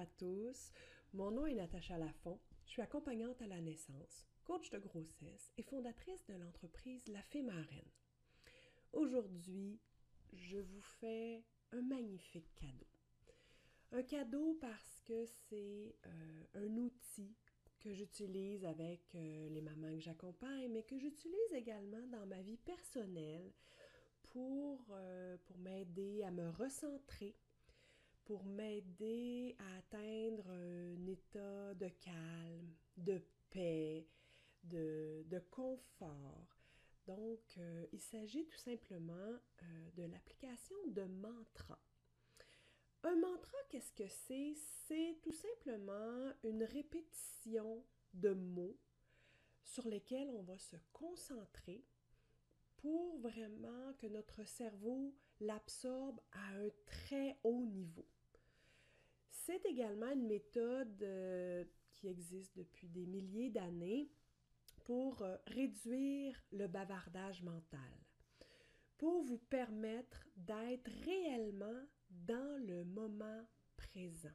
tous, mon nom est Natacha Lafont, je suis accompagnante à la naissance, coach de grossesse et fondatrice de l'entreprise La Fée Marraine. Aujourd'hui, je vous fais un magnifique cadeau. Un cadeau parce que c'est un outil que j'utilise avec les mamans que j'accompagne, mais que j'utilise également dans ma vie personnelle pour m'aider à me recentrer, pour m'aider à atteindre un état de calme, de paix, de confort. Donc, il s'agit tout simplement de l'application de mantras. Un mantra, qu'est-ce que c'est? C'est tout simplement une répétition de mots sur lesquels on va se concentrer pour vraiment que notre cerveau l'absorbe à un très haut niveau. C'est également une méthode qui existe depuis des milliers d'années pour réduire le bavardage mental, pour vous permettre d'être réellement dans le moment présent.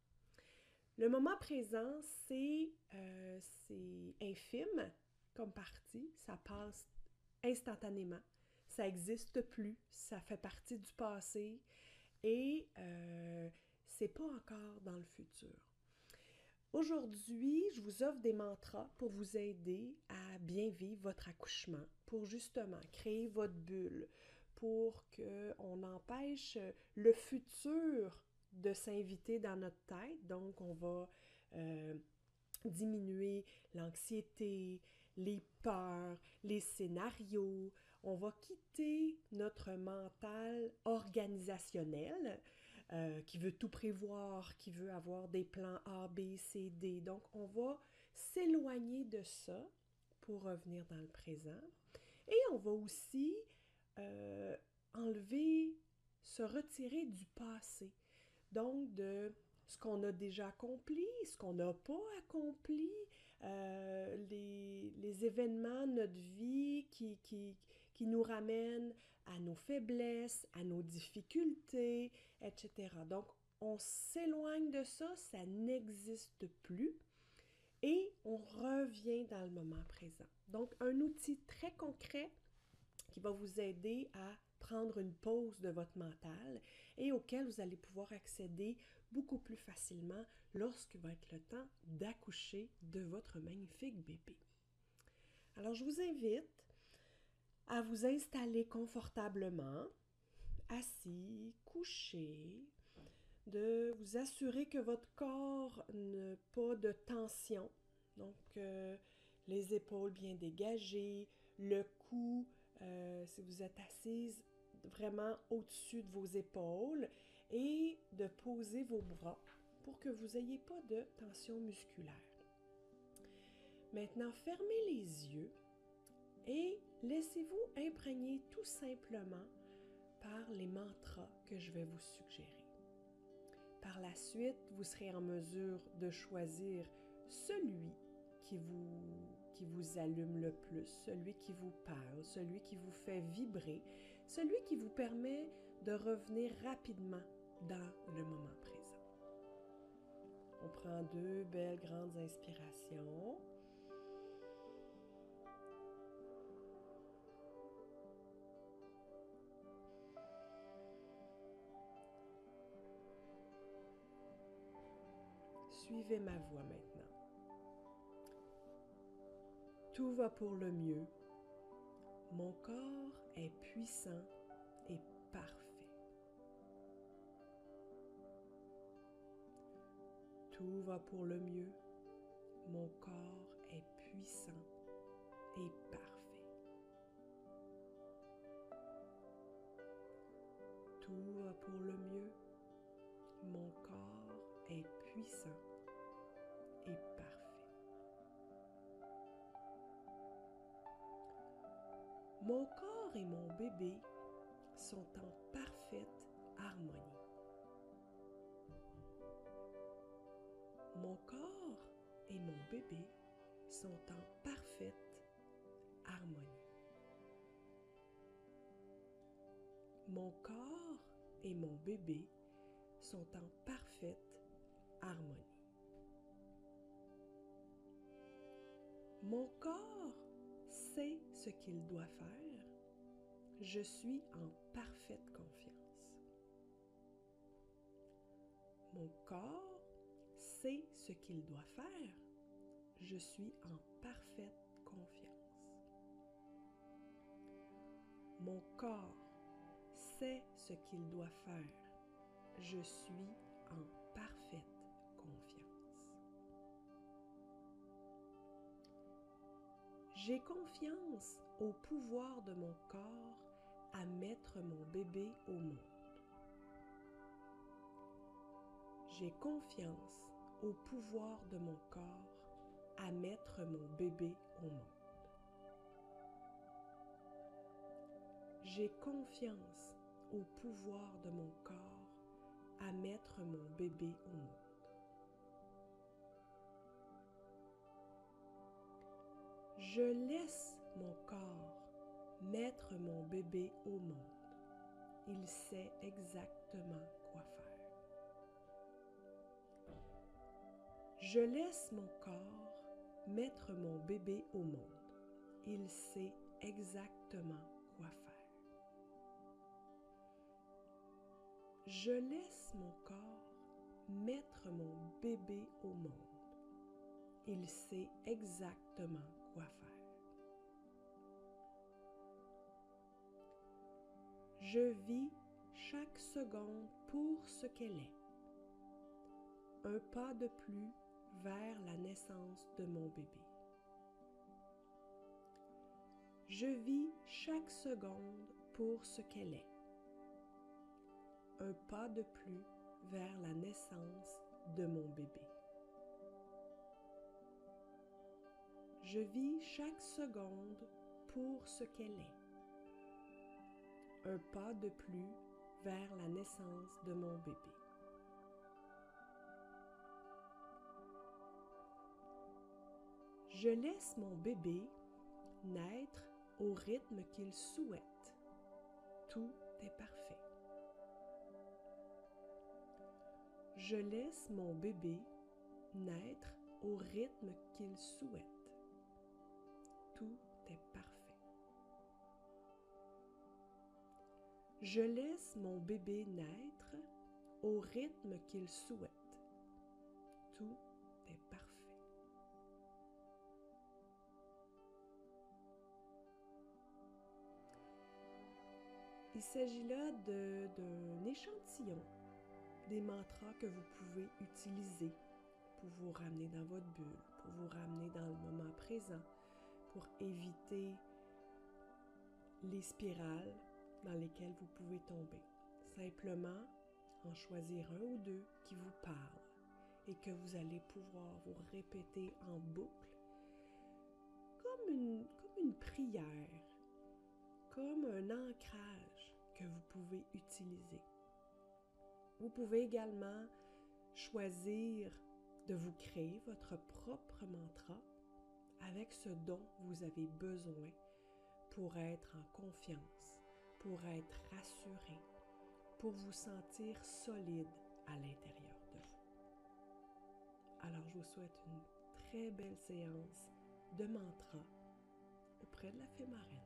Le moment présent, c'est infime comme partie, ça passe instantanément, ça n'existe plus, ça fait partie du passé et c'est pas encore dans le futur. Aujourd'hui, je vous offre des mantras pour vous aider à bien vivre votre accouchement, pour justement créer votre bulle, pour qu'on empêche le futur de s'inviter dans notre tête. Donc, on va diminuer l'anxiété, les peurs, les scénarios. On va quitter notre mental organisationnel qui veut tout prévoir, qui veut avoir des plans A, B, C, D. Donc, on va s'éloigner de ça pour revenir dans le présent. Et on va aussi enlever, se retirer du passé. Donc, de ce qu'on a déjà accompli, ce qu'on n'a pas accompli, les événements de notre vie qui nous ramènent à nos faiblesses, à nos difficultés, etc. Donc, on s'éloigne de ça, ça n'existe plus et on revient dans le moment présent. Donc, un outil très concret qui va vous aider à prendre une pause de votre mental et auquel vous allez pouvoir accéder beaucoup plus facilement lorsque va être le temps d'accoucher de votre magnifique bébé. Alors, je vous invite à vous installer confortablement, assis, couché, de vous assurer que votre corps n'a pas de tension. Donc, les épaules bien dégagées, le cou, si vous êtes assise, vraiment au-dessus de vos épaules et de poser vos bras pour que vous n'ayez pas de tension musculaire. Maintenant, fermez les yeux et laissez-vous imprégner tout simplement par les mantras que je vais vous suggérer. Par la suite, vous serez en mesure de choisir celui qui vous allume le plus, celui qui vous parle, celui qui vous fait vibrer, celui qui vous permet de revenir rapidement dans le moment présent. On prend 2 belles grandes inspirations. Suivez ma voix maintenant. Tout va pour le mieux. Mon corps est puissant et parfait. Tout va pour le mieux. Mon corps est puissant et parfait. Tout va pour le mieux. Mon corps est puissant et parfait. Mon corps et mon bébé sont en parfaite harmonie. Mon corps et mon bébé sont en parfaite harmonie. Mon corps et mon bébé sont en parfaite harmonie. Mon corps sait ce qu'il doit faire. Je suis en parfaite confiance. Mon corps sait ce qu'il doit faire. Je suis en parfaite confiance. Mon corps sait ce qu'il doit faire. Je suis en parfaite confiance. J'ai confiance au pouvoir de mon corps à mettre mon bébé au monde. J'ai confiance au pouvoir de mon corps à mettre mon bébé au monde. J'ai confiance au pouvoir de mon corps à mettre mon bébé au monde. Je laisse mon corps mettre mon bébé au monde. Il sait exactement quoi faire. Je laisse mon corps mettre mon bébé au monde. Il sait exactement quoi faire. Je laisse mon corps mettre mon bébé au monde. Il sait exactement quoi faire. Je vis chaque seconde pour ce qu'elle est. Un pas de plus vers la naissance de mon bébé. Je vis chaque seconde pour ce qu'elle est. Un pas de plus vers la naissance de mon bébé. Je vis chaque seconde pour ce qu'elle est. Un pas de plus vers la naissance de mon bébé. Je laisse mon bébé naître au rythme qu'il souhaite. Tout est parfait. Je laisse mon bébé naître au rythme qu'il souhaite. Tout est parfait. Je laisse mon bébé naître au rythme qu'il souhaite. Tout est parfait. Il s'agit là d'un échantillon des mantras que vous pouvez utiliser pour vous ramener dans votre bulle, pour vous ramener dans le moment présent, pour éviter les spirales dans lesquelles vous pouvez tomber. Simplement en choisir un ou deux qui vous parlent et que vous allez pouvoir vous répéter en boucle comme une prière, comme un ancrage que vous pouvez utiliser. Vous pouvez également choisir de vous créer votre propre mantra avec ce dont vous avez besoin pour être en confiance, pour être rassuré, pour vous sentir solide à l'intérieur de vous. Alors, je vous souhaite une très belle séance de mantra auprès de la fée marraine.